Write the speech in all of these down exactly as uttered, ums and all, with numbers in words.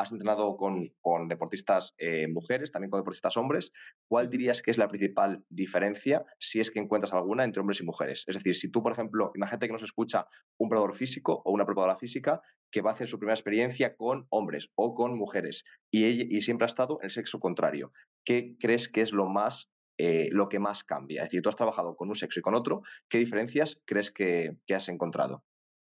has entrenado con, con deportistas eh, mujeres, también con deportistas hombres. ¿Cuál dirías que es la principal diferencia, si es que encuentras alguna, entre hombres y mujeres? Es decir, si tú, por ejemplo, imagínate que nos escucha un preparador físico o una preparadora física que va a hacer su primera experiencia con hombres o con mujeres y, ella, y siempre ha estado en el sexo contrario. ¿Qué crees que es lo más eh, lo que más cambia? Es decir, tú has trabajado con un sexo y con otro, ¿qué diferencias crees que, que has encontrado?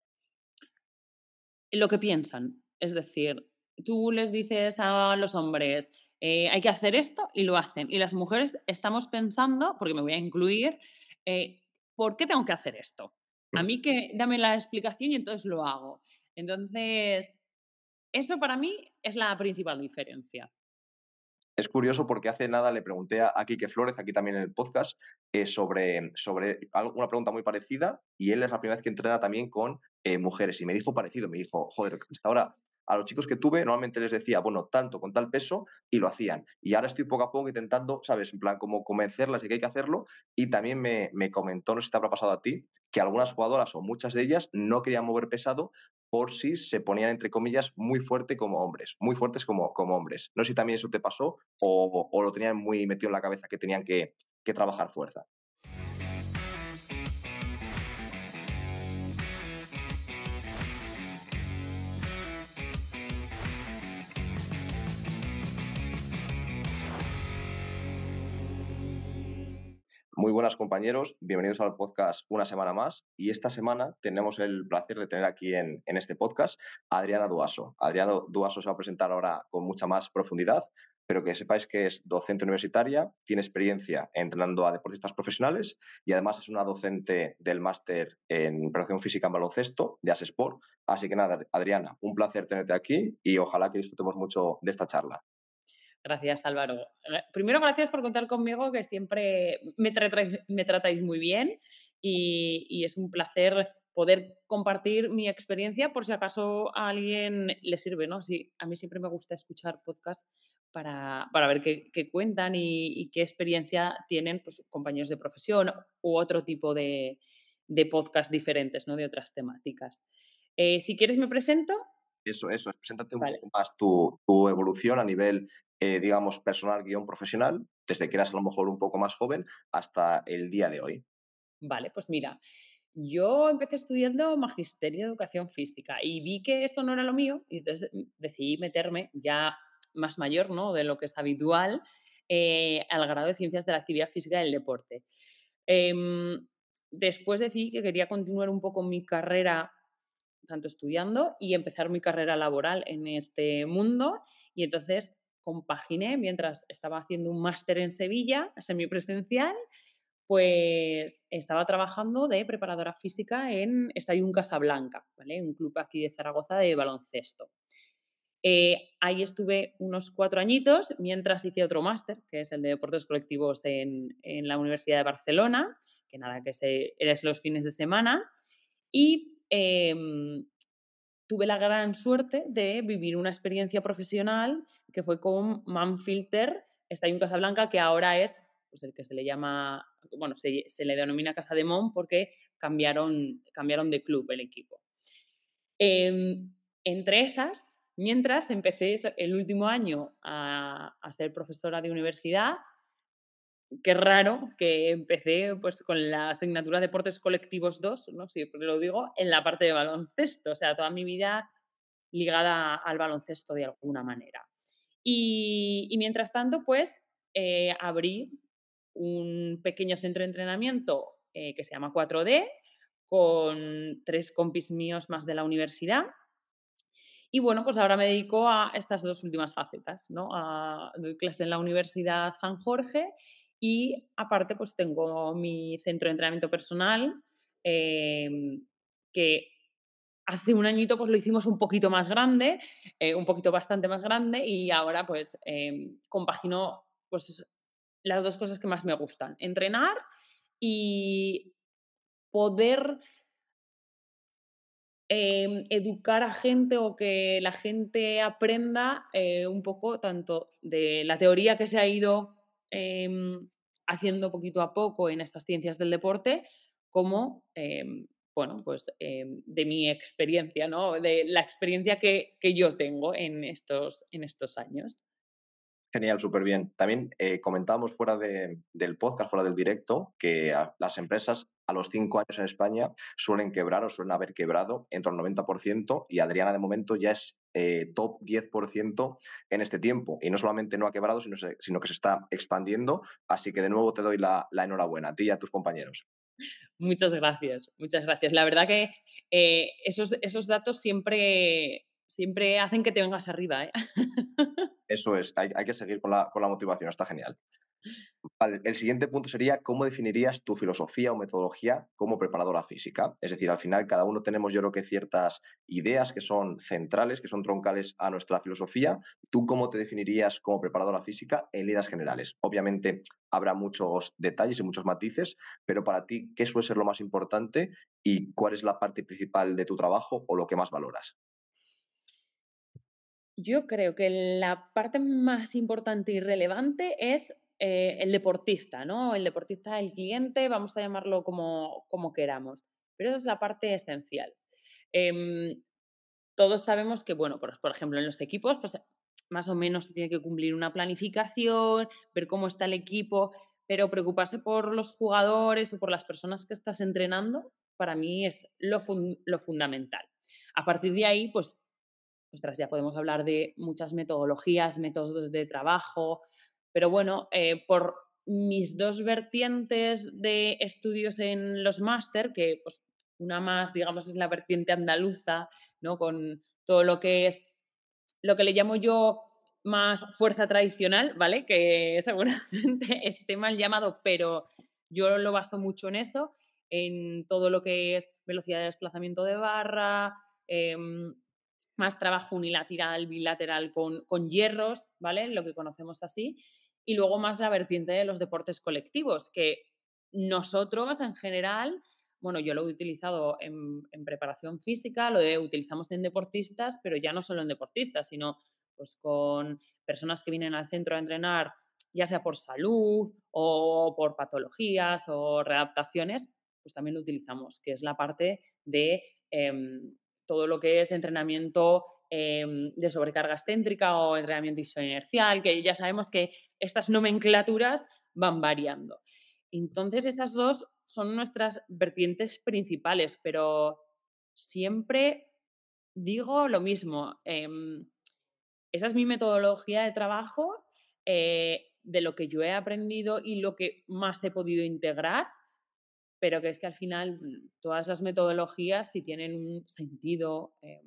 Lo que piensan. Es decir, tú les dices a los hombres, eh, hay que hacer esto y lo hacen. Y las mujeres estamos pensando, porque me voy a incluir, eh, ¿por qué tengo que hacer esto? A Mm. mí que dame la explicación y entonces lo hago. Entonces, eso para mí es la principal diferencia. Es curioso porque hace nada le pregunté a, a Quique Flórez, aquí también en el podcast, eh, sobre, sobre algo- una pregunta muy parecida, y él es la primera vez que entrena también con eh, mujeres y me dijo parecido, me dijo, joder, hasta ahora a los chicos que tuve normalmente les decía, bueno, tanto con tal peso y lo hacían. Y ahora estoy poco a poco intentando, ¿sabes? En plan, como convencerlas de que hay que hacerlo. Y también me, me comentó, no sé si te habrá pasado a ti, que algunas jugadoras o muchas de ellas no querían mover pesado por si se ponían, entre comillas, muy fuerte como hombres, muy fuertes como, como hombres. No sé si también eso te pasó o, o lo tenían muy metido en la cabeza que tenían que, que trabajar fuerza. Muy buenas compañeros, bienvenidos al podcast una semana más y esta semana tenemos el placer de tener aquí en, en este podcast a Adriana Duaso. Adriana Duaso se va a presentar ahora con mucha más profundidad, pero que sepáis que es docente universitaria, tiene experiencia entrenando a deportistas profesionales y además es una docente del máster en preparación física en baloncesto de Asesport. Así que nada, Adriana, un placer tenerte aquí y ojalá que disfrutemos mucho de esta charla. Gracias, Álvaro. Eh, Primero, gracias por contar conmigo, que siempre me tratáis, me tratáis muy bien y, y es un placer poder compartir mi experiencia por si acaso a alguien le sirve, ¿no? Sí, a mí siempre me gusta escuchar podcasts para, para ver qué, qué cuentan y, y qué experiencia tienen, pues, compañeros de profesión u otro tipo de, de podcast diferentes, ¿no? De otras temáticas. Eh, si quieres me presento. Eso, eso, es, preséntate un Vale. poco más tu, tu evolución a nivel, eh, digamos, personal guión profesional, desde que eras a lo mejor un poco más joven hasta el día de hoy. Vale, pues mira, yo empecé estudiando magisterio de educación física y vi que eso no era lo mío y entonces mm, decidí meterme ya más mayor, ¿no? De lo que es habitual, eh, al grado de ciencias de la actividad física y del deporte. Em, Después decidí que quería continuar un poco mi carrera, tanto estudiando y empezar mi carrera laboral en este mundo, y entonces compaginé mientras estaba haciendo un máster en Sevilla, semipresencial, pues estaba trabajando de preparadora física en Stadium Casablanca, ¿vale? Un club aquí de Zaragoza de baloncesto. Eh, ahí estuve unos cuatro añitos mientras hice otro máster, que es el de deportes colectivos en, en la Universidad de Barcelona, que nada, que se, eres los fines de semana. Y em, tuve la gran suerte de vivir una experiencia profesional que fue con Manfilter, Stadium Casablanca, que ahora es, pues, el que se le llama, bueno, se, se le denomina Casa de Mon porque cambiaron, cambiaron de club el equipo. Em, Entre esas, mientras empecé el último año a, a ser profesora de universidad, qué raro que empecé, pues, con la asignatura de Deportes Colectivos dos, ¿no? Siempre lo digo, en la parte de baloncesto. O sea, toda mi vida ligada al baloncesto de alguna manera. Y, y mientras tanto, pues, eh, abrí un pequeño centro de entrenamiento, eh, que se llama cuatro D, con tres compis míos más de la universidad. Y bueno, pues ahora me dedico a estas dos últimas facetas, ¿no? A, doy clase en la Universidad San Jorge y aparte pues tengo mi centro de entrenamiento personal, em, que hace un añito pues lo hicimos un poquito más grande, eh, un poquito bastante más grande, y ahora pues em, compagino pues las dos cosas que más me gustan: entrenar y poder em, educar a gente, o que la gente aprenda eh, un poco tanto de la teoría que se ha ido em, haciendo poquito a poco en estas ciencias del deporte, como em, bueno, pues eh, de mi experiencia, ¿no? De la experiencia que, que yo tengo en estos, en estos años. Genial, súper bien. También eh, comentábamos fuera de- del podcast, fuera del directo, que a- las empresas a los cinco años en España suelen quebrar o suelen haber quebrado en torno al noventa por ciento y Adriana de momento ya es eh, top diez por ciento en este tiempo. Y no solamente no ha quebrado, sino, se- sino que se está expandiendo. Así que de nuevo te doy la, la enhorabuena a ti y a tus compañeros. Muchas gracias, muchas gracias. La verdad que eh, esos, esos datos siempre, siempre hacen que te vengas arriba, ¿eh? Eso es, hay, hay que seguir con la, con la motivación, está genial. Vale, el siguiente punto sería cómo definirías tu filosofía o metodología como preparadora física. Es decir, al final cada uno tenemos yo creo que ciertas ideas que son centrales, que son troncales a nuestra filosofía. ¿Tú cómo te definirías como preparadora física en líneas generales? Obviamente habrá muchos detalles y muchos matices, pero para ti, ¿qué suele ser lo más importante y cuál es la parte principal de tu trabajo o lo que más valoras? Yo creo que la parte más importante y relevante es eh, el deportista, ¿no? El deportista, el cliente, vamos a llamarlo como, como queramos. Pero esa es la parte esencial. Em, Todos sabemos que, bueno, por, por ejemplo, en los equipos, pues más o menos se tiene que cumplir una planificación, ver cómo está el equipo, pero preocuparse por los jugadores o por las personas que estás entrenando, para mí es lo, fun- lo fundamental. A partir de ahí, pues ostras, ya podemos hablar de muchas metodologías, métodos de trabajo, pero bueno, eh, por mis dos vertientes de estudios en los máster, que pues una más, digamos, es la vertiente andaluza, ¿no? Con todo lo que es, lo que le llamo yo más fuerza tradicional, ¿vale? Que seguramente esté mal llamado, pero yo lo baso mucho en eso, en todo lo que es velocidad de desplazamiento de barra, eh, más trabajo unilateral, bilateral con, con hierros, ¿vale? Lo que conocemos así. Y luego más la vertiente de los deportes colectivos, que nosotros en general, bueno, yo lo he utilizado en, en preparación física, lo he, utilizamos en deportistas, pero ya no solo en deportistas, sino pues con personas que vienen al centro a entrenar, ya sea por salud o por patologías o readaptaciones, pues también lo utilizamos, que es la parte de eh, todo lo que es entrenamiento eh, de sobrecarga excéntrica o entrenamiento isoinercial, que ya sabemos que estas nomenclaturas van variando. Entonces, esas dos son nuestras vertientes principales, pero siempre digo lo mismo. Eh, esa es mi metodología de trabajo, eh, de lo que yo he aprendido y lo que más he podido integrar, pero que es que al final todas las metodologías, si tienen un sentido eh,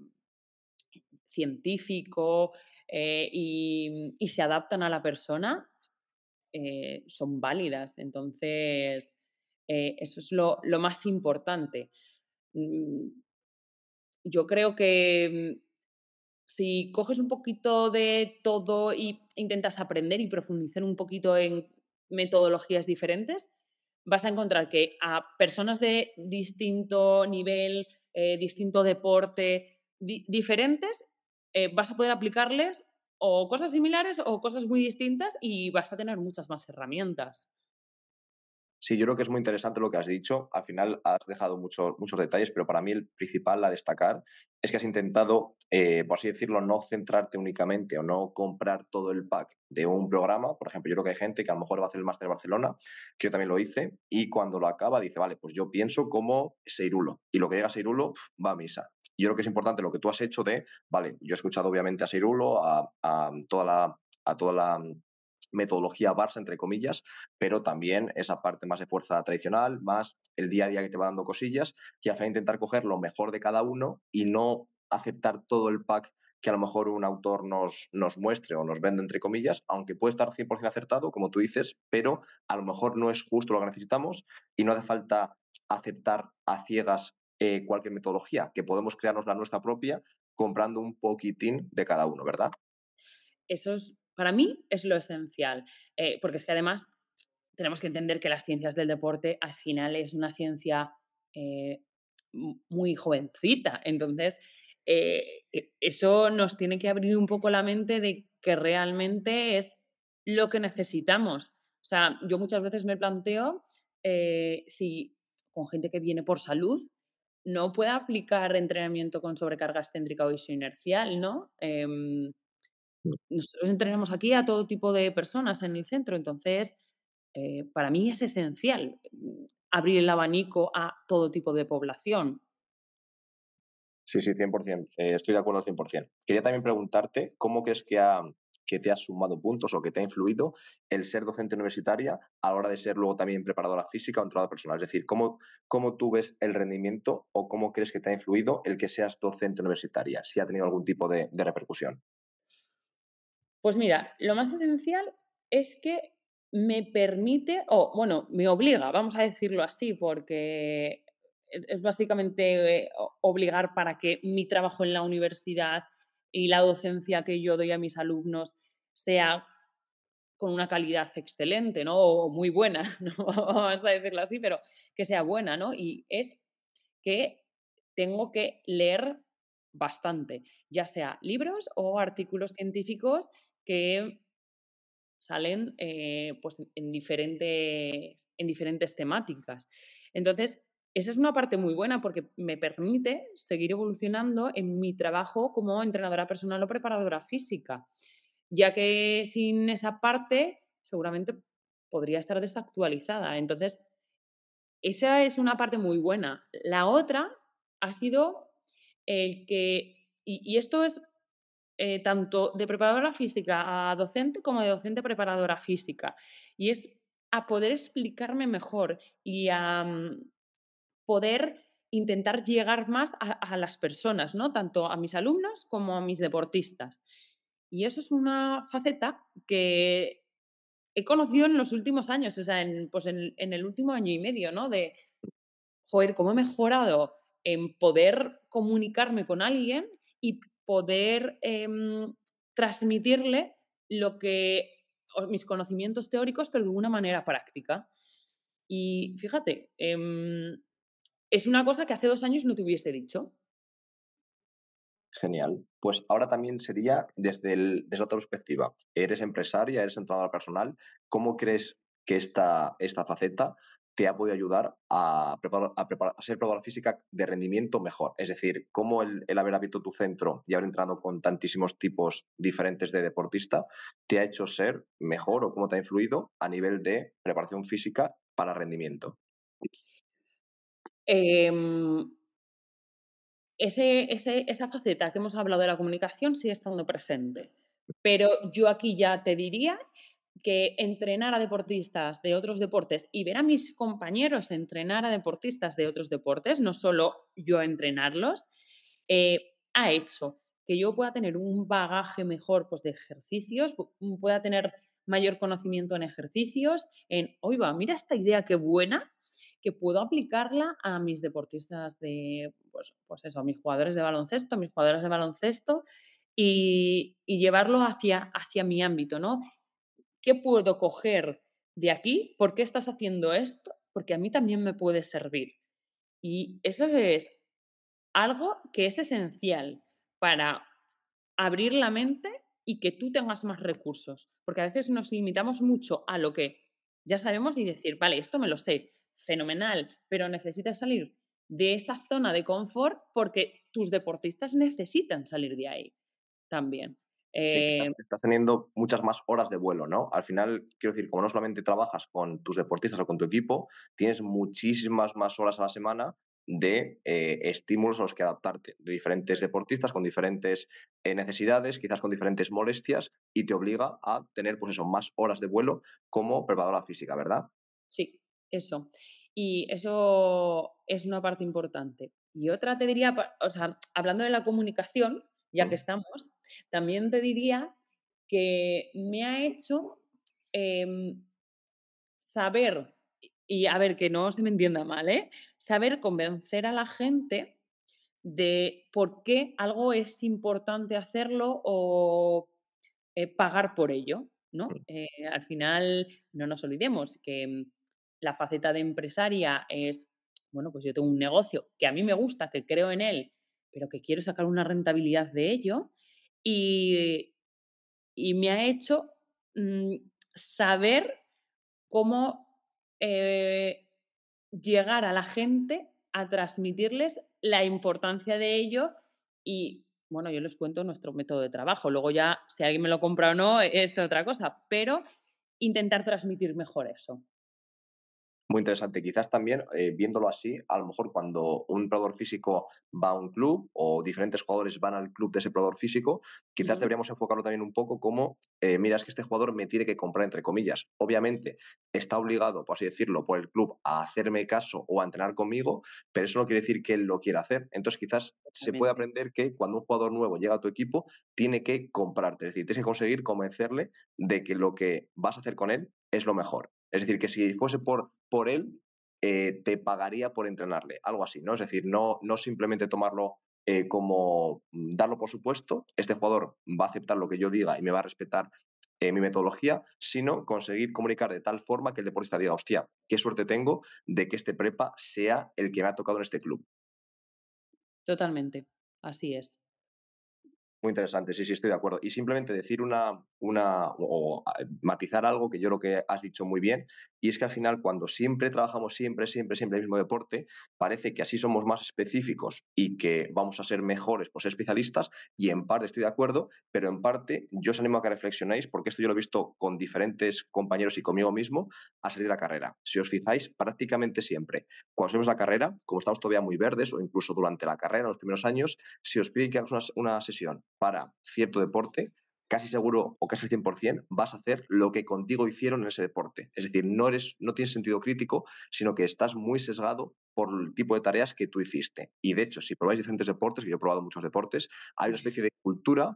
científico eh, y, y, se adaptan a la persona, eh, son válidas. Entonces, eh, eso es lo, lo, más importante. Mm, Yo creo que mm, si coges un poquito de todo e intentas aprender y profundizar un poquito en metodologías diferentes, vas a encontrar que a personas de distinto nivel, eh, distinto deporte, di diferentes, eh, vas a poder aplicarles o cosas similares o cosas muy distintas y vas a tener muchas más herramientas. Sí, yo creo que es muy interesante lo que has dicho. Al final has dejado mucho- muchos detalles, pero para mí el principal a destacar es que has intentado, eh, por así decirlo, no centrarte únicamente o no comprar todo el pack de un programa. Por ejemplo, yo creo que hay gente que a lo mejor va a hacer el máster de Barcelona, que yo también lo hice, y cuando lo acaba dice, vale, pues yo pienso como Seirulo, y lo que llega a Seirulo pf, va a misa. Yo creo que es importante lo que tú has hecho de, vale, yo he escuchado obviamente a Seirulo, a, a toda la a toda la metodología Barça, entre comillas, pero también esa parte más de fuerza tradicional, más el día a día que te va dando cosillas, y al final intentar coger lo mejor de cada uno y no aceptar todo el pack que a lo mejor un autor nos, nos muestre o nos vende, entre comillas, aunque puede estar cien por ciento acertado, como tú dices, pero a lo mejor no es justo lo que necesitamos y no hace falta aceptar a ciegas eh, cualquier metodología, que podemos crearnos la nuestra propia comprando un poquitín de cada uno, ¿verdad? Eso es, para mí, es lo esencial, eh, porque es que además tenemos que entender que las ciencias del deporte al final es una ciencia eh, muy jovencita. Entonces, eh, e, eso nos tiene que abrir un poco la mente de que realmente es lo que necesitamos. O sea, yo muchas veces me planteo eh, si con gente que viene por salud, no pueda aplicar entrenamiento con sobrecarga excéntrica o isoinercial, ¿no? Em, Mm. nosotros entrenamos aquí a todo tipo de personas en el centro, entonces, eh, para mí es esencial, mm, abrir el abanico a todo tipo de población. Sí, sí, cien por ciento. Eh, estoy de acuerdo al cien por ciento. Quería también preguntarte cómo crees que, ha, que te ha sumado puntos o que te ha influido el ser docente universitaria a la hora de ser luego también preparadora física o entrenadora personal. Es decir, ¿cómo, cómo tú ves el rendimiento o cómo crees que te ha influido el que seas docente universitaria? Si ha tenido algún tipo de, de repercusión. Pues mira, lo más esencial es que me permite, o bueno, me obliga, vamos a decirlo así, porque e es básicamente, eh, o obligar para que mi trabajo en la universidad y la docencia que yo doy a mis alumnos sea con una calidad excelente, ¿no? O muy buena, ¿no? Vamos a decirlo así, pero que sea buena, ¿no? Y es que tengo que leer bastante, ya sea libros o artículos científicos que salen eh, pues, en, diferentes, en diferentes temáticas. Entonces, esa es una parte muy buena porque me permite seguir evolucionando en mi trabajo como entrenadora personal o preparadora física, ya que sin esa parte seguramente podría estar desactualizada. Entonces, esa es una parte muy buena. La otra ha sido el que, y, y esto es eh, tanto de preparadora física a docente como de docente a preparadora física, y es a poder explicarme mejor y a mm, poder intentar llegar más a, a las personas, ¿no? Tanto a mis alumnos como a mis deportistas. Y eso es una faceta que he conocido en los últimos años, o sea, en, pues en, en el último año y medio, ¿no? De, joder, cómo he mejorado en poder comunicarme con alguien y poder em, transmitirle lo que, o mis conocimientos teóricos, pero de una manera práctica. Y fíjate, em, es una cosa que hace dos años no te hubiese dicho. Genial. Pues ahora también sería desde, el, desde otra perspectiva. Eres empresaria, eres entrenadora personal. ¿Cómo crees que esta, esta faceta te ha podido ayudar a, preparar, a, preparar, a ser preparadora física de rendimiento mejor? Es decir, ¿cómo el, el haber abierto tu centro y haber entrado con tantísimos tipos diferentes de deportista te ha hecho ser mejor o cómo te ha influido a nivel de preparación física para rendimiento? Em, ese, ese- esa faceta que hemos hablado de la comunicación sigue estando presente. Pero yo aquí ya te diría que entrenar a deportistas de otros deportes y ver a mis compañeros entrenar a deportistas de otros deportes, no solo yo entrenarlos, eh, ha hecho que yo pueda tener un bagaje mejor pues, de ejercicios, pu- pueda tener mayor conocimiento en ejercicios, en, oiga, mira esta idea qué buena, que puedo aplicarla a mis deportistas de, pues, pues eso, a mis jugadores de baloncesto, a mis jugadoras de baloncesto y, y llevarlo hacia, hacia mi ámbito, ¿no? ¿Qué puedo coger de aquí? ¿Por qué estás haciendo esto? Porque a mí también me puede servir. Y eso es algo que es esencial para abrir la mente y que tú tengas más recursos. Porque a veces nos limitamos mucho a lo que ya sabemos y decir, vale, esto me lo sé, fenomenal, pero necesitas salir de esa zona de confort porque tus deportistas necesitan salir de ahí también. Sí, que estás, Eh, estás teniendo muchas más horas de vuelo, ¿no? Al final, quiero decir, como no solamente trabajas con tus deportistas o con tu equipo, tienes muchísimas más horas a la semana de eh, estímulos a los que adaptarte, de diferentes deportistas con diferentes eh, necesidades, quizás con diferentes molestias, y te obliga a tener, pues eso, más horas de vuelo como preparadora física, ¿verdad? Sí, eso. Y eso es una parte importante. Y otra te diría, pa o sea, hablando de la comunicación, ya que Mm, estamos, también te diría que me ha hecho, em, saber y y a ver, que no se me entienda mal, ¿eh? Saber convencer a la gente de por qué algo es importante hacerlo o eh, pagar por ello, ¿no? mm. Eh, al final, no nos olvidemos que mm, la faceta de empresaria es, bueno, pues yo tengo un negocio que a mí me gusta, que creo en él, pero que quiero sacar una rentabilidad de ello y, y me ha hecho mm, saber cómo eh, llegar a la gente a transmitirles la importancia de ello y, bueno, yo les cuento nuestro método de trabajo. Luego ya, si alguien me lo compra o no, es otra cosa, pero intentar transmitir mejor eso. Muy interesante. Quizás también, eh, viéndolo así, a lo mejor cuando un preparador físico va a un club o diferentes jugadores van al club de ese preparador físico, quizás Ujú. deberíamos enfocarlo también un poco como, eh, mira, es que este jugador me tiene que comprar, entre comillas. Obviamente, está obligado, por así decirlo, por el club a hacerme caso o a entrenar conmigo, pero eso no quiere decir que él lo quiera hacer. Entonces, quizás se puede Totalmente. aprender que cuando un jugador nuevo llega a tu equipo, tiene que comprarte. Es decir, tienes que conseguir convencerle de que lo que vas a hacer con él es lo mejor. Es decir, que si fuese por, por él, eh, te pagaría por entrenarle, algo así, ¿no? Es decir, no, no simplemente tomarlo eh, como mm, darlo por supuesto, este jugador va a aceptar lo que yo diga y me va a respetar eh, mi metodología, sino conseguir comunicar de tal forma que el deportista diga, hostia, qué suerte tengo de que este prepa sea el que me ha tocado en este club. Totalmente. Así es. Muy interesante, sí, sí, estoy de acuerdo. Y simplemente decir una, una o, o, a- matizar algo que yo creo que has dicho muy bien, y es que al final cuando siempre trabajamos siempre, siempre, siempre el mismo deporte, parece que así somos más específicos y que vamos a ser mejores por ser especialistas, y en parte estoy de acuerdo, pero en parte yo os animo a que reflexionéis, porque esto yo lo he visto con diferentes compañeros y conmigo mismo, a salir de la carrera. Si os fijáis, prácticamente siempre, cuando salimos de la carrera, como estamos todavía muy verdes, o incluso durante la carrera, en los primeros años, si os piden que hagas una, una sesión para cierto deporte, casi seguro o casi al cien por ciento vas a hacer lo que contigo hicieron en ese deporte. Es decir, no, eres, no tienes sentido crítico, sino que estás muy sesgado por el tipo de tareas que tú hiciste. Y de hecho, si probáis diferentes deportes, que yo he probado muchos deportes, hay una especie de cultura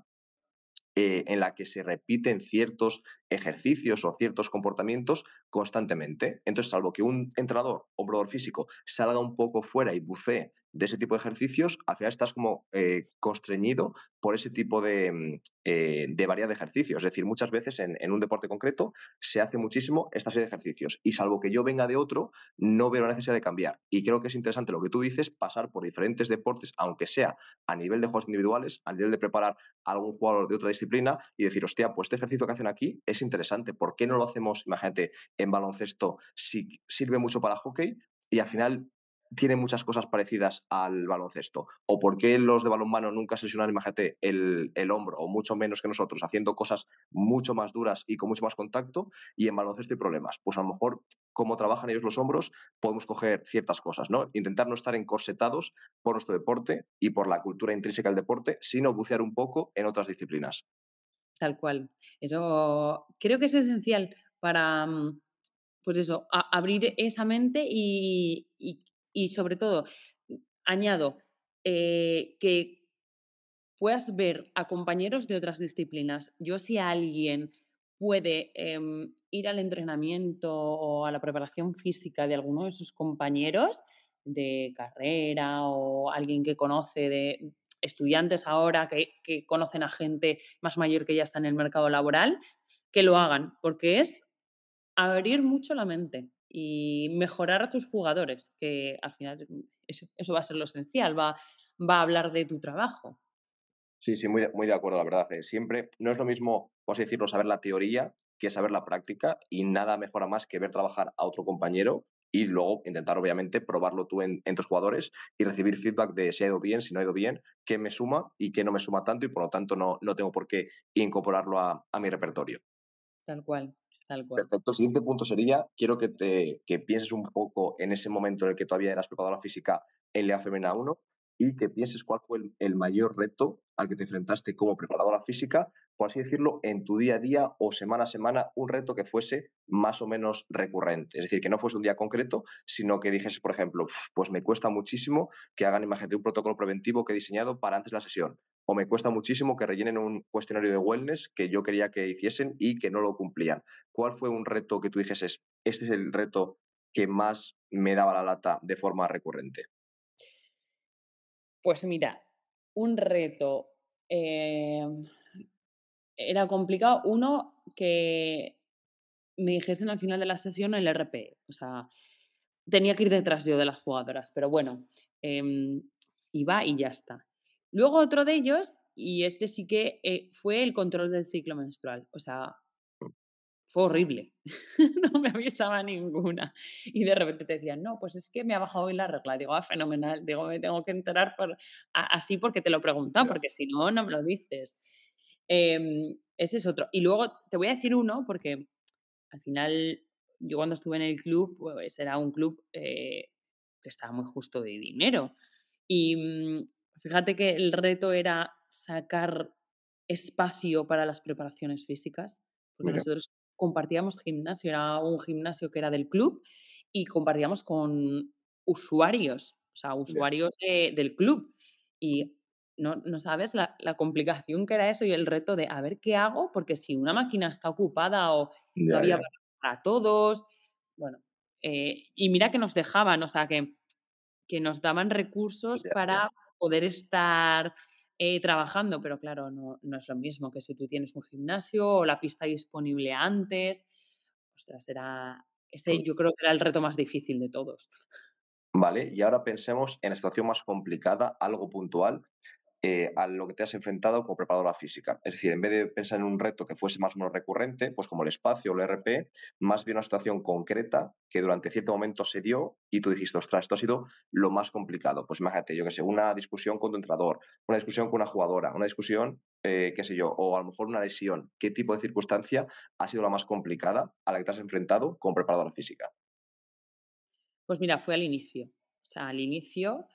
eh, en la que se repiten ciertos ejercicios o ciertos comportamientos constantemente. Entonces, salvo que un entrenador o un probador físico salga un poco fuera y bucee de ese tipo de ejercicios, al final estás como eh, constreñido por ese tipo de, mm, eh, de variedad de ejercicios. Es decir, muchas veces en, en un deporte concreto se hace muchísimo esta serie de ejercicios y salvo que yo venga de otro, no veo la necesidad de cambiar. Y creo que es interesante lo que tú dices, pasar por diferentes deportes, aunque sea a nivel de juegos individuales, a nivel de preparar a algún jugador de otra disciplina y decir, hostia, pues este ejercicio que hacen aquí es interesante, ¿por qué no lo hacemos, imagínate, en baloncesto, si sirve mucho para hockey y al final tiene muchas cosas parecidas al baloncesto? ¿O por qué los de balonmano nunca se lesionan, imagínate, el, el hombro, o mucho menos que nosotros, haciendo cosas mucho más duras y con mucho más contacto, y en baloncesto hay problemas? Pues a lo mejor, como trabajan ellos los hombros, podemos coger ciertas cosas, ¿no? Intentar no estar encorsetados por nuestro deporte y por la cultura intrínseca del deporte, sino bucear un poco en otras disciplinas. Tal cual. Eso creo que es esencial para, mm, pues eso, a abrir esa mente y y y sobre todo, mm, añado, eh, que puedas ver a compañeros de otras disciplinas. Yo si alguien puede, em, ir al entrenamiento o a la preparación física de alguno de sus compañeros de carrera o alguien que conoce de estudiantes ahora que que conocen a gente más mayor que ya está en el mercado laboral, que lo hagan, porque es abrir mucho la mente y mejorar a tus jugadores, que al final, mm, eso eso va a ser lo esencial, va va a hablar de tu trabajo. Sí, sí, muy de, muy de acuerdo, la verdad. eh, Siempre no es lo mismo, por así decirlo, saber la teoría que saber la práctica y nada mejora más que ver trabajar a otro compañero y luego intentar, obviamente, probarlo tú en, en tus jugadores y recibir feedback de si ha ido bien, si no ha ido bien, qué me suma y qué no me suma tanto y por lo tanto no, no tengo por qué incorporarlo a, a mi repertorio. Tal cual, tal cual. Perfecto. El siguiente punto sería, quiero que, te, que pienses un poco en ese momento en el que todavía eras preparadora física en la Femena uno y que pienses cuál fue el, el mayor reto al que te enfrentaste como preparadora física, por así decirlo, en tu día a día o semana a semana, un reto que fuese más o menos recurrente. Es decir, que no fuese un día concreto, sino que dijes, por ejemplo, "Uf, pues me cuesta muchísimo que hagan imagen de un protocolo preventivo que he diseñado para antes de la sesión. O me cuesta muchísimo que rellenen un cuestionario de wellness que yo quería que hiciesen y que no lo cumplían". ¿Cuál fue un reto que tú dijeses, este es el reto que más me daba la lata de forma recurrente? Pues mira, un reto, em, era complicado. Uno, que me dijesen al final de la sesión el R P. O sea, tenía que ir detrás yo de las jugadoras, pero bueno, em, iba y ya está. Luego otro de ellos, y este sí que, eh, fue el control del ciclo menstrual. O sea, fue horrible. No me avisaba ninguna. Y de repente te decían: "No, pues es que me ha bajado hoy la regla". Digo: "Ah, fenomenal". Digo: "Me tengo que enterar por a así porque te lo he preguntado, Ya, porque si no, no me lo dices". Em, ese es otro. Y luego te voy a decir uno, porque al final yo cuando estuve en el club, pues era un club, eh, que estaba muy justo de dinero. Y, mm, fíjate que el reto era sacar espacio para las preparaciones físicas, porque mira, nosotros compartíamos gimnasio, era un gimnasio que era del club y compartíamos con usuarios, o sea, ya, usuarios de del club. Y no no sabes la la complicación que era eso y el reto de a ver qué hago, porque si una máquina está ocupada o no ya, había ya, para para todos, bueno, eh, y mira que nos dejaban, o sea, que que nos daban recursos ya, ya. para poder estar, eh, trabajando, pero claro, no no es lo mismo que si tú tienes un gimnasio o la pista disponible antes. Ostras, era ese yo creo que era el reto más difícil de todos. Vale, y ahora pensemos en la situación más complicada, algo puntual, eh, a lo que te has enfrentado como preparadora física. Es decir, en vez de pensar en un reto que fuese más o menos recurrente, pues como el espacio o el R P, más bien una situación concreta que durante cierto momento se dio y tú dijiste, ostras, esto ha sido lo más complicado. Pues imagínate, yo qué sé, una discusión con tu entrenador, una discusión con una jugadora, una discusión, eh, qué sé yo, o a lo mejor una lesión. ¿Qué tipo de circunstancia ha sido la más complicada a la que te has enfrentado como preparadora física? Pues mira, fue al inicio. O sea, al inicio,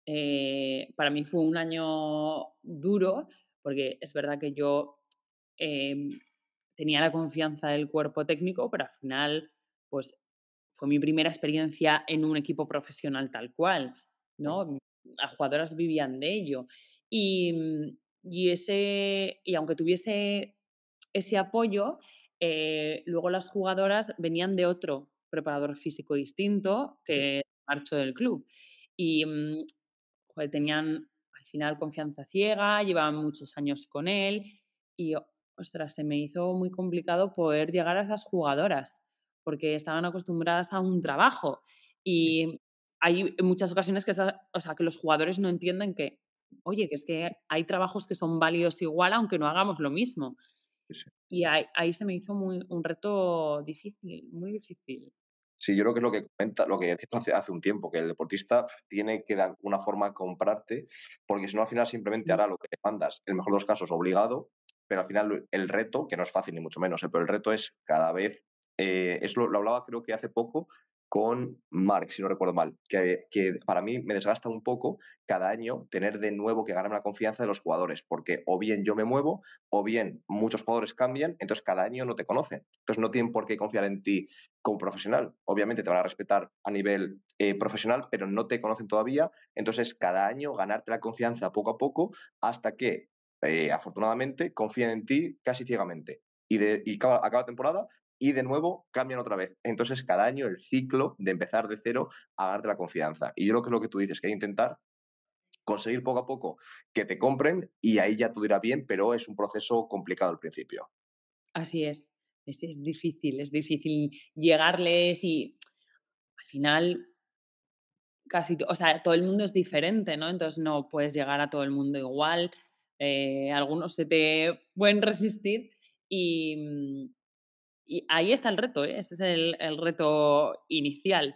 eh, para mí fue un año duro, porque es verdad que yo, em, tenía la confianza del cuerpo técnico, pero al final, pues, fue mi primera experiencia en un equipo profesional tal cual, ¿no? Las jugadoras vivían de ello. Y, mm, y ese y aunque tuviese ese apoyo, eh, luego las jugadoras venían de otro preparador físico distinto que marchó del club. Y, mm, joder, tenían al final confianza ciega, llevaban muchos años con él y, o- ostras, se me hizo muy complicado poder llegar a esas jugadoras porque estaban acostumbradas a un trabajo y hay muchas ocasiones que, esa- o sea, que los jugadores no entienden que, oye, que es que hay trabajos que son válidos igual aunque no hagamos lo mismo. Sí, sí. Y ahí, ahí se me hizo muy, un reto difícil, muy difícil. Sí, yo creo que es lo que comenta, lo que decías hace, hace un tiempo, que el deportista tiene que de alguna forma comprarte, porque si no al final simplemente Mm. hará lo que le mandas, en el mejor de los casos obligado, pero al final el reto, que no es fácil ni mucho menos, eh, pero el reto es cada vez, eh, es lo, lo hablaba creo que hace poco con Mark, si no recuerdo mal, que, que para mí me desgasta un poco cada año tener de nuevo que ganarme la confianza de los jugadores, porque o bien yo me muevo, o bien muchos jugadores cambian, entonces cada año no te conocen, entonces no tienen por qué confiar en ti como profesional. Obviamente te van a respetar a nivel eh, profesional, pero no te conocen todavía. Entonces, cada año ganarte la confianza poco a poco hasta que, eh, afortunadamente, confíen en ti casi ciegamente. Y, de, y acaba, acaba la temporada y de nuevo cambian otra vez. Entonces, cada año el ciclo de empezar de cero a ganarte la confianza. Y yo creo que es lo que tú dices, que hay que intentar conseguir poco a poco que te compren y ahí ya tú dirás bien, pero es un proceso complicado al principio. Así es. Es, es difícil, es difícil llegarles y al final casi, to- o sea, todo el mundo es diferente, ¿no? Entonces no puedes llegar a todo el mundo igual. Eh, algunos se te pueden resistir y, mm, y ahí está el reto, ¿eh? Ese es el, el reto inicial.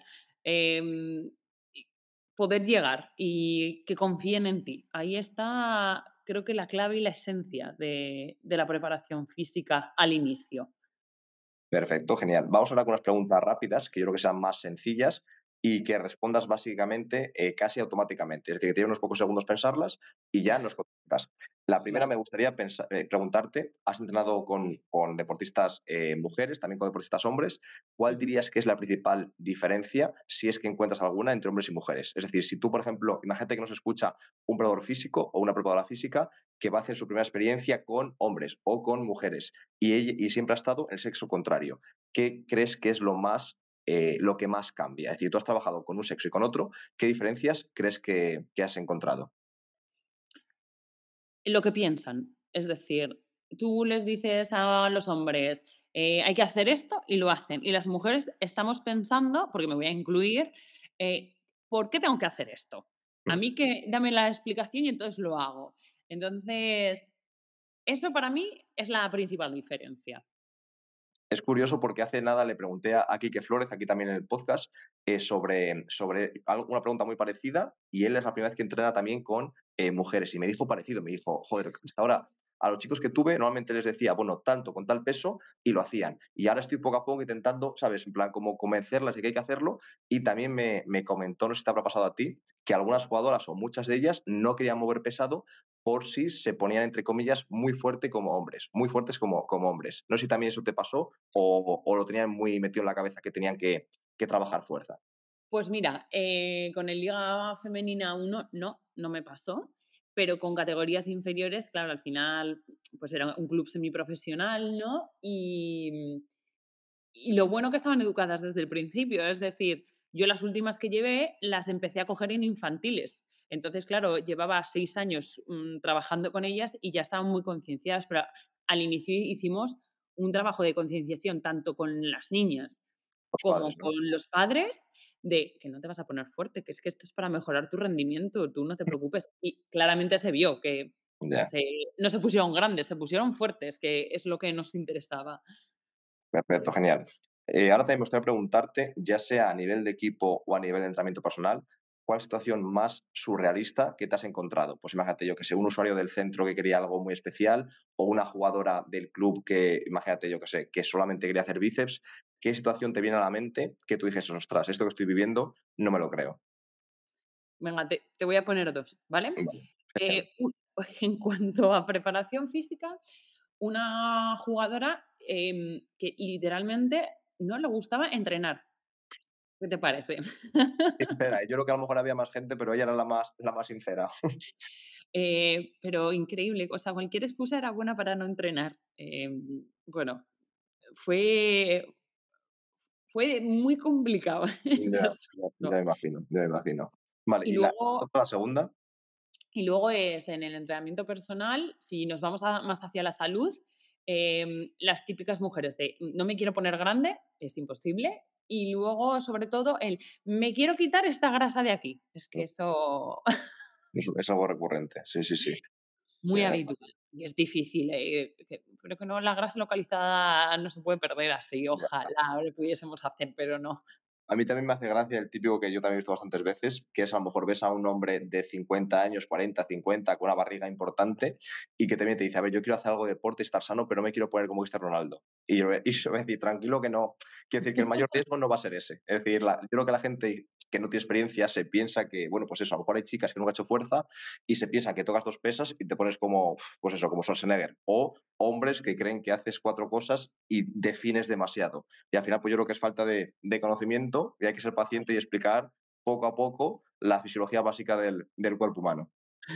Em, y poder llegar y que confíen en ti. Ahí está, creo que la clave y la esencia de, de la preparación física al inicio. Perfecto, genial. Vamos ahora con unas preguntas rápidas, que yo creo que sean más sencillas y que respondas básicamente eh, casi automáticamente. Es decir, que tienes unos pocos segundos pensarlas y ya nos contestas. La primera Vale. me gustaría pensa- eh, preguntarte, has entrenado con, con deportistas eh, mujeres, también con deportistas hombres. ¿Cuál Ujú. dirías que es la principal diferencia, si es que encuentras alguna, entre hombres y mujeres? Es decir, si tú, por ejemplo, imagínate que nos escucha un preparador físico o una preparadora física que va a hacer su primera experiencia con hombres o con mujeres y, ella, y siempre ha estado en el sexo contrario. ¿Qué crees que es lo más eh, lo que más cambia? Es decir, tú has trabajado con un sexo y con otro, ¿qué diferencias crees que, que has encontrado? Lo que piensan. Es decir, tú les dices a los hombres, eh, hay que hacer esto y lo hacen. Y las mujeres estamos pensando, porque me voy a incluir, eh, ¿por qué tengo que hacer esto? A Mm. mí que dame la explicación y entonces lo hago. Entonces, eso para mí es la principal diferencia. Es curioso porque hace nada le pregunté a a Quique Flórez, aquí también en el podcast, eh, sobre, sobre algo- una pregunta muy parecida y él es la primera vez que entrena también con eh, mujeres y me dijo parecido, me dijo, joder, hasta ahora a los chicos que tuve normalmente les decía, bueno, tanto con tal peso y lo hacían. Y ahora estoy poco a poco intentando, ¿sabes? En plan, como convencerlas de que hay que hacerlo y también me, me comentó, no sé si te habrá pasado a ti, que algunas jugadoras o muchas de ellas no querían mover pesado por si se ponían, entre comillas, muy fuerte como hombres, muy fuertes como, como hombres. No sé si también eso te pasó o, o lo tenían muy metido en la cabeza que tenían que, que trabajar fuerza. Pues mira, eh, con el Liga Femenina uno no, no me pasó, pero con categorías inferiores, claro, al final, pues era un club semiprofesional, ¿no? Y, y lo bueno que estaban educadas desde el principio, es decir, yo las últimas que llevé las empecé a coger en infantiles. Entonces, claro, llevaba seis años mm, trabajando con ellas y ya estaban muy concienciadas, pero al inicio hicimos un trabajo de concienciación tanto con las niñas Los como padres, con ¿no? los padres de que no te vas a poner fuerte, que es que esto es para mejorar tu rendimiento, tú no te preocupes. Y claramente se vio que Ya, se, no se pusieron grandes, se pusieron fuertes, que es lo que nos interesaba. perfecto, genial. Eh, ahora también me gustaría preguntarte, ya sea a nivel de equipo o a nivel de entrenamiento personal, ¿cuál situación más surrealista que te has encontrado? Pues imagínate yo que sé, un usuario del centro que quería algo muy especial o una jugadora del club que, imagínate yo que sé, que solamente quería hacer bíceps. ¿Qué situación te viene a la mente que tú dices, ostras, esto que estoy viviendo no me lo creo? Venga, te, te voy a poner dos, ¿vale? Vale, genial. Eh, u- en cuanto a preparación física, una jugadora em, que literalmente no le gustaba entrenar. ¿Qué te parece? Sincera, yo creo que a lo mejor había más gente, pero ella era la más, la más sincera. Eh, pero increíble, o sea, cualquier excusa era buena para no entrenar. Em, bueno, fue, fue muy complicado ese Ya, ya, ya asunto. me imagino, ya me imagino. Vale, Y y la, luego, la segunda, y luego es en el entrenamiento personal, si nos vamos a- más hacia la salud, em, las típicas mujeres de no me quiero poner grande, es imposible. Y luego, sobre todo, el me quiero quitar esta grasa de aquí. Es que eso es, es algo recurrente, sí, sí, sí. muy Eh, habitual. Y es difícil, eh, que pero que no, la grasa localizada no se puede perder así, ya. ojalá lo pudiésemos hacer, pero no. A mí también me hace gracia el típico que yo también he visto bastantes veces, que es a lo mejor ves a un hombre de cincuenta años, cuarenta, cincuenta, con una barriga importante y que también te dice, a ver, yo quiero hacer algo de deporte, estar sano, pero no me quiero poner como Cristiano Ronaldo. Y yo, y yo voy a decir, tranquilo que no, quiero decir que el mayor riesgo no va a ser ese. Es decir, la- yo creo que la gente que no tiene experiencia se piensa que, bueno, pues eso, a lo mejor hay chicas que nunca han hecho fuerza y se piensa que tocas dos pesas y te pones como, pues eso, como Schwarzenegger. O hombres que creen que haces cuatro cosas y defines demasiado. Y al final, pues yo creo que es falta de, de conocimiento y hay que ser paciente y explicar poco a poco la fisiología básica del, del cuerpo humano.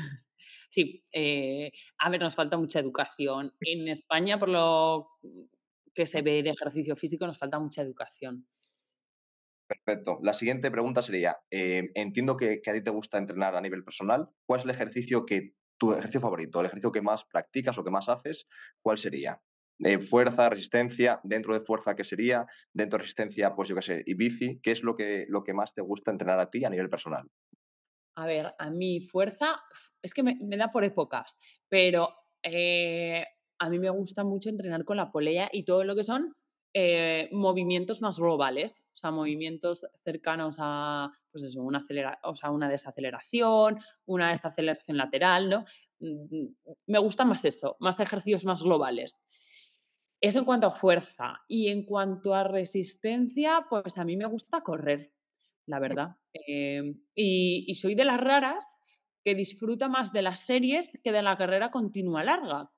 Sí, eh, a ver, nos falta mucha educación. En España, por lo que se ve de ejercicio físico, nos falta mucha educación. Perfecto. La siguiente pregunta sería, eh, entiendo que, que a ti te gusta entrenar a nivel personal. ¿Cuál es el ejercicio que, tu ejercicio favorito, el ejercicio que más practicas o que más haces? ¿Cuál sería? Eh, fuerza, resistencia, dentro de fuerza, ¿qué sería? Dentro de resistencia, pues yo qué sé, y bici. ¿Qué es lo que, lo que más te gusta entrenar a ti a nivel personal? A ver, a mí fuerza, f- es que me, me da por épocas, pero eh, a mí me gusta mucho entrenar con la polea y todo lo que son eh, movimientos más globales, o sea, movimientos cercanos a, pues eso, una, acelera, o sea, una desaceleración, una desaceleración lateral, ¿no? Mm, Me gusta más eso, más ejercicios más globales. Eso en cuanto a fuerza. Y en cuanto a resistencia, pues a mí me gusta correr, la verdad. Em, y, y soy de las raras que disfruta más de las series que de la carrera continua larga.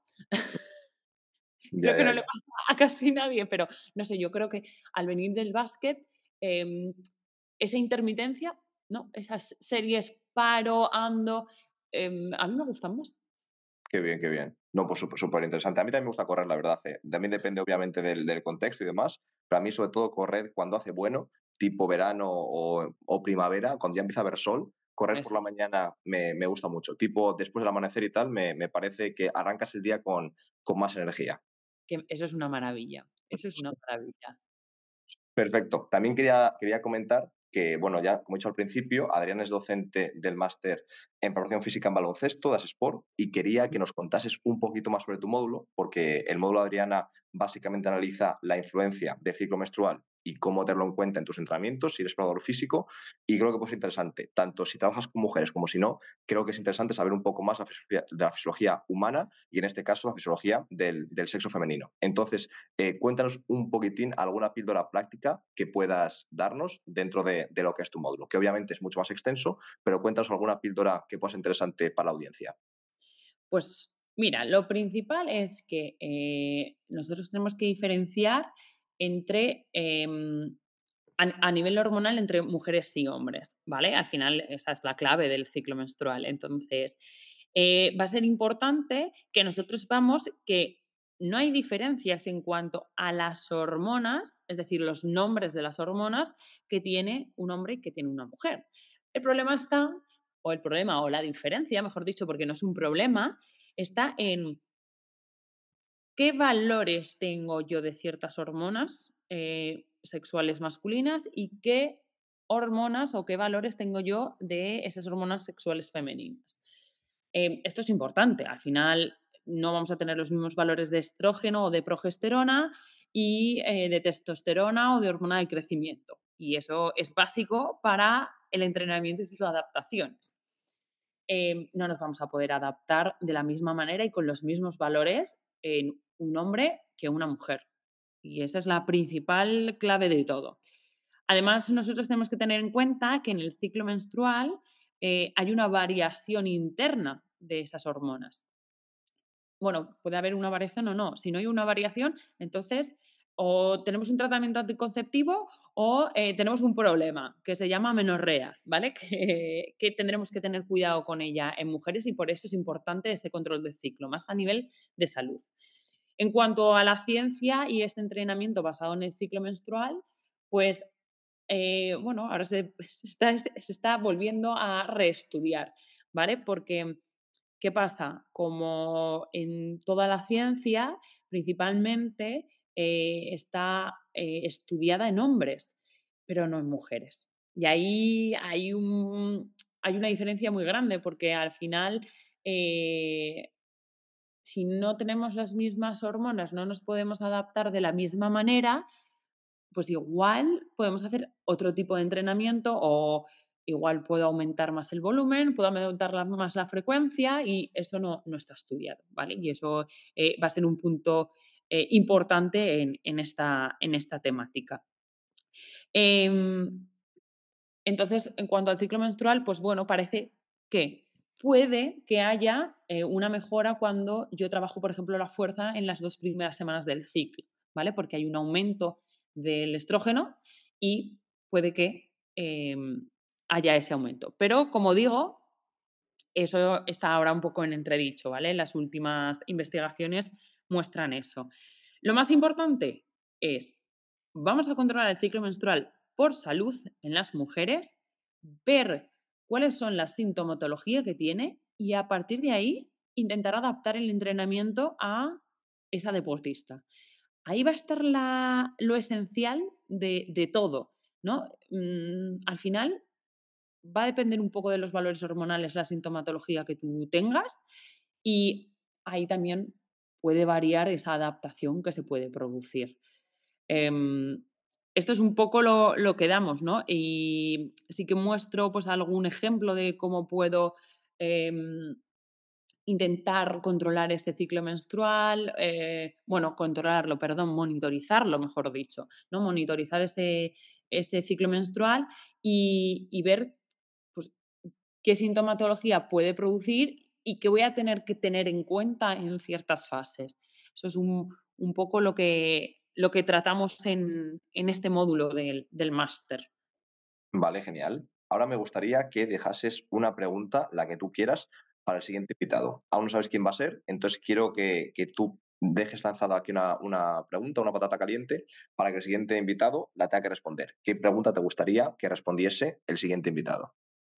Ya, Creo que ya, no le ya. pasa a casi nadie, pero no sé, yo creo que al venir del básquet, em, esa intermitencia, ¿no? Esas series paro, ando, em, a mí me gustan más. Qué bien, qué bien. No, pues súper súper interesante. A mí también me gusta correr, la verdad. eh. También depende, obviamente, del, del contexto y demás. Pero a mí, sobre todo, correr cuando hace bueno, tipo verano o, o primavera, cuando ya empieza a haber sol, correr por Eso la es, mañana me, me gusta mucho. Tipo, después del amanecer y tal, me, me parece que arrancas el día con, con más energía. que eso es una maravilla. Eso es una maravilla. Perfecto. También quería, quería comentar que, bueno, ya como he dicho al principio, Adriana es docente del máster en preparación física en baloncesto, das Sport, y quería que nos contases un poquito más sobre tu módulo, porque el módulo de Adriana básicamente analiza la influencia del ciclo menstrual y cómo tenerlo en cuenta en tus entrenamientos, si eres preparador físico, y creo que puede ser interesante, tanto si trabajas con mujeres como si no, creo que es interesante saber un poco más la fisiología, de la fisiología humana y en este caso la fisiología del, del sexo femenino. Entonces, eh, cuéntanos un poquitín alguna píldora práctica que puedas darnos dentro de, de lo que es tu módulo, que obviamente es mucho más extenso, pero cuéntanos alguna píldora que pueda ser interesante para la audiencia. Pues mira, lo principal es que eh, nosotros tenemos que diferenciar entre, em, a, a nivel hormonal, entre mujeres y hombres, ¿vale? Al final esa es la clave del ciclo menstrual. Entonces, eh, va a ser importante que nosotros sepamos que no hay diferencias en cuanto a las hormonas, es decir, los nombres de las hormonas que tiene un hombre y que tiene una mujer. El problema está, o el problema, o la diferencia, mejor dicho, porque no es un problema, está en qué valores tengo yo de ciertas hormonas eh, sexuales masculinas y qué hormonas o qué valores tengo yo de esas hormonas sexuales femeninas. Eh, esto es importante. Al final no vamos a tener los mismos valores de estrógeno o de progesterona y eh, de testosterona o de hormona de crecimiento. Y eso es básico para el entrenamiento y sus adaptaciones. Eh, no nos vamos a poder adaptar de la misma manera y con los mismos valores en un hombre que una mujer. Y esa es la principal clave de todo. Además, nosotros tenemos que tener en cuenta que en el ciclo menstrual eh, hay una variación interna de esas hormonas. Bueno, puede haber una variación o no. Si no hay una variación, entonces o tenemos un tratamiento anticonceptivo o eh, tenemos un problema que se llama menorrea, ¿vale? Que, que tendremos que tener cuidado con ella en mujeres y por eso es importante ese control del ciclo, más a nivel de salud. En cuanto a la ciencia y este entrenamiento basado en el ciclo menstrual, pues eh, bueno, ahora se, se está, se está volviendo a reestudiar, ¿vale? Porque, ¿qué pasa? Como en toda la ciencia, principalmente eh, está eh, estudiada en hombres, pero no en mujeres. Y ahí hay, un, hay una diferencia muy grande porque al final, eh, si no tenemos las mismas hormonas, no nos podemos adaptar de la misma manera, pues igual podemos hacer otro tipo de entrenamiento o igual puedo aumentar más el volumen, puedo aumentar la- más la frecuencia y eso no, no está estudiado, ¿vale? Y eso eh, va a ser un punto eh, importante en, en esta, en esta temática. Em, entonces, en cuanto al ciclo menstrual, pues bueno, parece que puede que haya eh, una mejora cuando yo trabajo, por ejemplo, la fuerza en las dos primeras semanas del ciclo, ¿vale? Porque hay un aumento del estrógeno y puede que eh, haya ese aumento. Pero, como digo, eso está ahora un poco en entredicho, ¿vale? Las últimas investigaciones muestran eso. Lo más importante es, vamos a controlar el ciclo menstrual por salud en las mujeres, ver cuáles son las sintomatología que tiene y a partir de ahí intentar adaptar el entrenamiento a esa deportista. Ahí va a estar la, lo esencial de, de todo, ¿no? Mm, al final va a depender un poco de los valores hormonales, la sintomatología que tú tengas y ahí también puede variar esa adaptación que se puede producir. Em, Esto es un poco lo, lo que damos, ¿no? Y sí que muestro pues algún ejemplo de cómo puedo em, intentar controlar este ciclo menstrual, eh, bueno, controlarlo, perdón, monitorizarlo, mejor dicho, ¿no? Monitorizar este, este ciclo menstrual y, y ver pues, qué sintomatología puede producir y qué voy a tener que tener en cuenta en ciertas fases. Eso es un, un poco lo que, lo que tratamos en, en este módulo del, del máster. Vale, genial. Ahora me gustaría que dejases una pregunta, la que tú quieras, para el siguiente invitado. Aún no sabes quién va a ser, entonces quiero que, que tú dejes lanzado aquí una, una pregunta, una patata caliente, para que el siguiente invitado la tenga que responder. ¿Qué pregunta te gustaría que respondiese el siguiente invitado?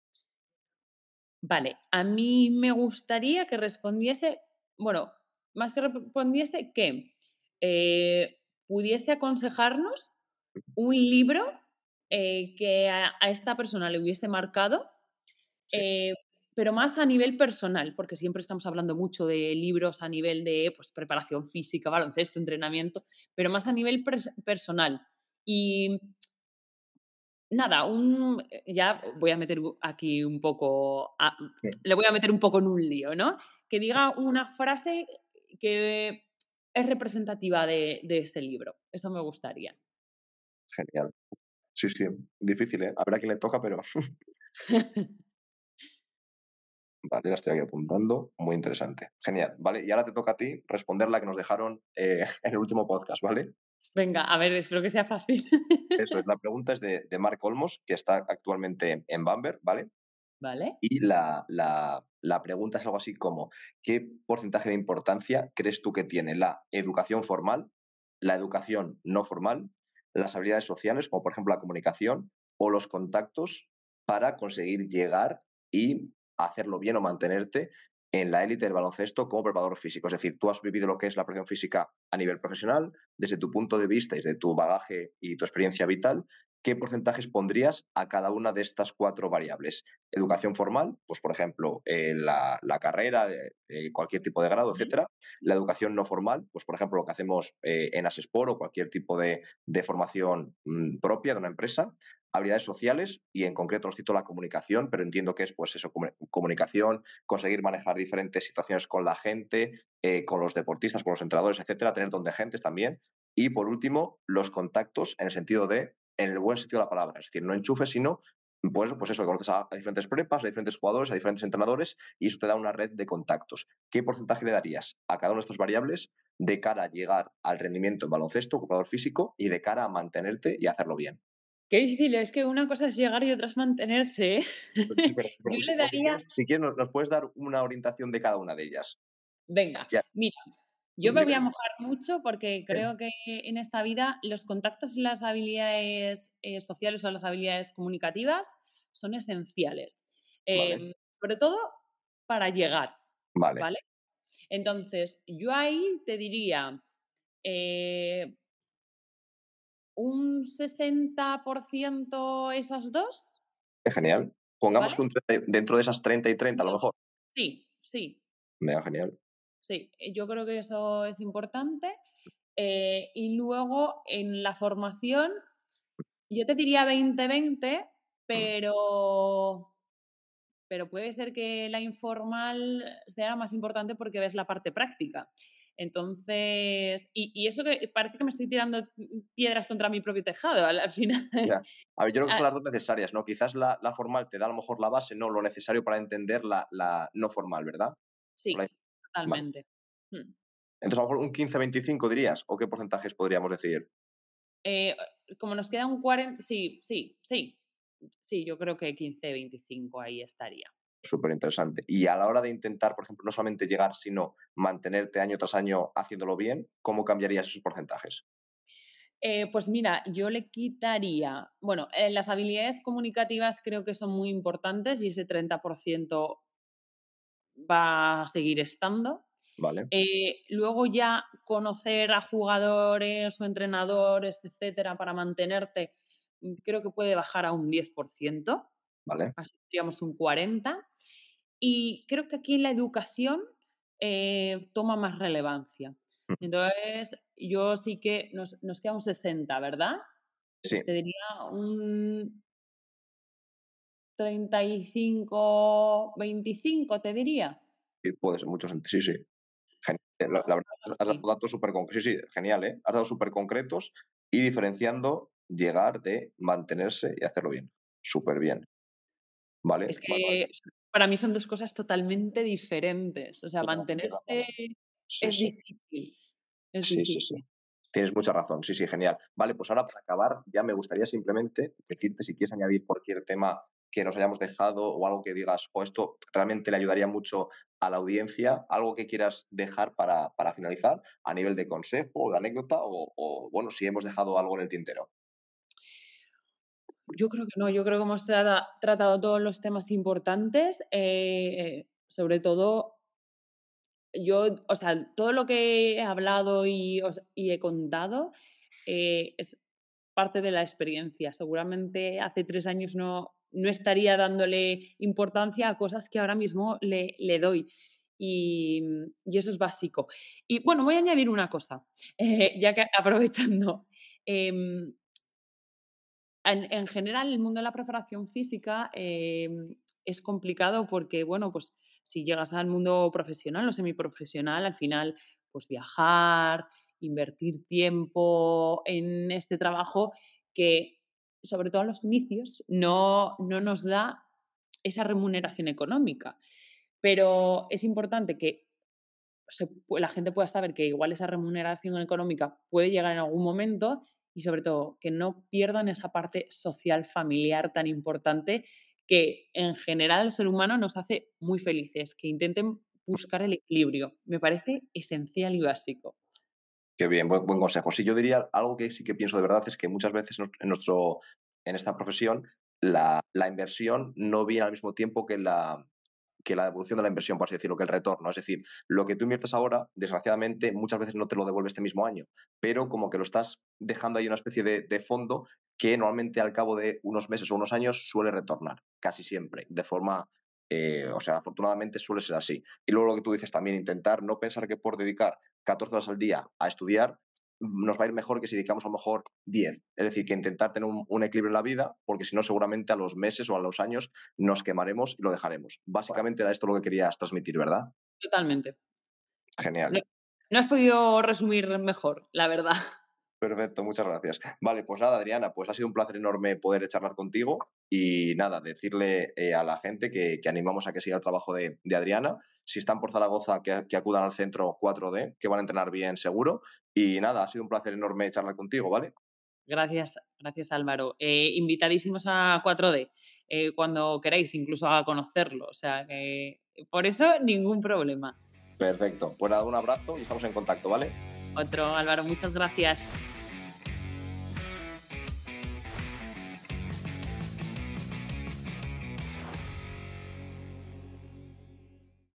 Vale, a mí me gustaría que respondiese, bueno, más que respondiese, que eh, pudiese aconsejarnos un libro eh, que a, a esta persona le hubiese marcado, Sí, eh, pero más a nivel personal, porque siempre estamos hablando mucho de libros a nivel de pues, preparación física, baloncesto, entrenamiento, pero más a nivel pers- personal. Y nada, un, eh, ya voy a meter u- aquí un poco, a- sí, le voy a meter un poco en un lío, ¿no? Que diga una frase que es representativa de, de ese libro. Eso me gustaría. genial. Sí, sí, difícil, ¿eh? A ver a quién le toca, pero vale, la estoy aquí apuntando. Muy interesante. Genial, ¿vale? Y ahora te toca a ti responder la que nos dejaron eh, en el último podcast, ¿vale? Venga, a ver, espero que sea fácil. Eso es, la pregunta es de, de Mark Olmos, que está actualmente en Bamberg, ¿vale? ¿Vale? Y la, la, la pregunta es algo así como, ¿qué porcentaje de importancia crees tú que tiene la educación formal, la educación no formal, las habilidades sociales, como por ejemplo la comunicación, o los contactos para conseguir llegar y hacerlo bien o mantenerte en la élite del baloncesto como preparador físico? Es decir, tú has vivido lo que es la preparación física a nivel profesional, desde tu punto de vista y desde tu bagaje y tu experiencia vital, ¿qué porcentajes pondrías a cada una de estas cuatro variables? Educación formal, pues por ejemplo, eh, la, la, carrera, eh, eh, cualquier tipo de grado, Ujú. etcétera. La educación no formal, pues por ejemplo, lo que hacemos eh, en Asespor o cualquier tipo de, de formación mmm, propia de una empresa. Habilidades sociales y en concreto nos cito la comunicación, pero entiendo que es pues eso, comunicación, conseguir manejar diferentes situaciones con la gente, eh, con los deportistas, con los entrenadores, etcétera, tener don de gentes también. Y por último, los contactos en el sentido de, en el buen sentido de la palabra, es decir, no enchufes, sino pues, pues eso, conoces a, a diferentes prepas, a diferentes jugadores, a diferentes entrenadores y eso te da una red de contactos. ¿Qué porcentaje le darías a cada una de estas variables de cara a llegar al rendimiento en baloncesto, jugador físico y de cara a mantenerte y hacerlo bien? Qué difícil, es que una cosa es llegar y otra es mantenerse, ¿eh? Sí, pero, pero, Yo si- le o si daría quieres, si quieres nos, nos, puedes dar una orientación de cada una de ellas. venga, Ya, mira, yo me voy dime. a mojar mucho porque Bien, creo que en esta vida los contactos y las habilidades, eh, sociales o las habilidades comunicativas son esenciales, vale, em, sobre todo para llegar, vale, ¿vale? Entonces, yo ahí te diría, eh, un sesenta por ciento esas dos, es genial. Pongamos ¿vale? que un treinta dentro de esas treinta y treinta a lo mejor. Sí, sí, Mega genial. sí, eh, yo creo que eso es importante. Eh, y luego en la formación, yo te diría veinte veinte, Mm, pero, pero puede ser que la informal sea más importante porque ves la parte práctica. Entonces, y, y eso que parece que me estoy tirando piedras contra mi propio tejado al, al final. ya. A ver, yo creo que Ah, son las dos necesarias, ¿no? Quizás la, la formal te da a lo mejor la base, no lo necesario para entender la, la no formal, ¿verdad? Por ahí. sí, Vale. totalmente. Mm. Entonces, a lo mejor un quince veinticinco dirías, o qué porcentajes podríamos decir. Eh, como nos queda un cuarenta, sí, sí, sí, sí, yo creo que quince veinticinco ahí estaría. Súper interesante. Y a la hora de intentar, por ejemplo, no solamente llegar, sino mantenerte año tras año haciéndolo bien, ¿cómo cambiarías esos porcentajes? Eh, pues mira, yo le quitaría, bueno, eh, las habilidades comunicativas creo que son muy importantes y ese treinta por ciento va a seguir estando. ¿Vale? Eh, luego ya conocer a jugadores o entrenadores, etcétera, para mantenerte, mm, creo que puede bajar a un diez por ciento, ¿Vale? así tendríamos un cuarenta por ciento. Y creo que aquí la educación eh, toma más relevancia. Mm, Entonces, yo sí que nos, nos queda un sesenta, ¿verdad? Pues sí, te diría un treinta y cinco veinticinco, te diría. sí, puede ser mucho sentido. Sí, sí. Genial. Eh, La, Algo la verdad, has has dado así. datos súper concretos. Sí, sí, genial, ¿eh? Has dado súper concretos y diferenciando llegar de mantenerse y hacerlo bien. Súper bien. ¿Vale? Es Vale, vale. que para mí son dos cosas totalmente diferentes. O sea, Tienes razón, tienes mantenerse razón. Sí, es sí. difícil, es Sí, sí, sí. difícil. Tienes mucha razón. Sí, sí, genial. Vale, pues ahora para acabar, ya me gustaría simplemente decirte si quieres añadir cualquier tema que nos hayamos dejado o algo que digas, o esto realmente le ayudaría mucho a la audiencia, algo que quieras dejar para, para finalizar a nivel de consejo o de anécdota o, o, bueno, si hemos dejado algo en el tintero. Yo creo que no, yo creo que hemos trata tratado todos los temas importantes, eh, sobre todo yo, o sea, todo lo que he hablado y os y he contado, eh, es parte de la experiencia. Seguramente hace tres años no, no estaría dándole importancia a cosas que ahora mismo le, le doy. Y, y eso es básico. Y bueno, voy a añadir una cosa, eh, ya que aprovechando. em, en, en general, el mundo de la preparación física em, es complicado porque, bueno, pues si llegas al mundo profesional o semiprofesional, al final, pues viajar, invertir tiempo en este trabajo que, sobre todo a los inicios, no, no nos da esa remuneración económica. Pero es importante que se pu- la gente pueda saber que igual esa remuneración económica puede llegar en algún momento y sobre todo que no pierdan esa parte social, familiar tan importante que en general el ser humano nos hace muy felices, que intenten buscar el equilibrio. Me parece esencial y básico. Qué bien, buen, buen consejo. Sí, yo diría algo que sí que pienso de verdad es que muchas veces nos- en, nuestro, en esta profesión la, la inversión no viene al mismo tiempo que la, que la devolución de la inversión, por así decirlo, que el retorno. Es decir, lo que tú inviertes ahora, desgraciadamente, muchas veces no te lo devuelve este mismo año, pero como que lo estás dejando ahí una especie de, de fondo que normalmente al cabo de unos meses o unos años suele retornar, casi siempre, de forma, eh, o sea, afortunadamente suele ser así. Y luego lo que tú dices también, intentar no pensar que por dedicar catorce horas al día a estudiar, nos va a ir mejor que si dedicamos a lo mejor diez. Es decir, que intentar tener un, un equilibrio en la vida, porque si no, seguramente a los meses o a los años nos quemaremos y lo dejaremos. Básicamente era esto lo que querías transmitir, ¿verdad? Totalmente. No, Genial. no has podido resumir mejor, la verdad. Perfecto, muchas gracias. Vale, pues nada, Adriana, pues ha sido un placer enorme poder charlar contigo y nada, decirle eh, a la gente que, que animamos a que siga el trabajo de, de Adriana. Si están por Zaragoza, que, que acudan al centro cuatro D, que van a entrenar bien seguro. Y nada, ha sido un placer enorme charlar contigo, ¿vale? Gracias, gracias Álvaro. Eh, invitadísimos a cuatro D eh, cuando queráis, incluso a conocerlo. O sea, que por eso ningún problema. Perfecto. Pues nada, un abrazo y estamos en contacto, ¿vale? Otro, Álvaro, muchas gracias.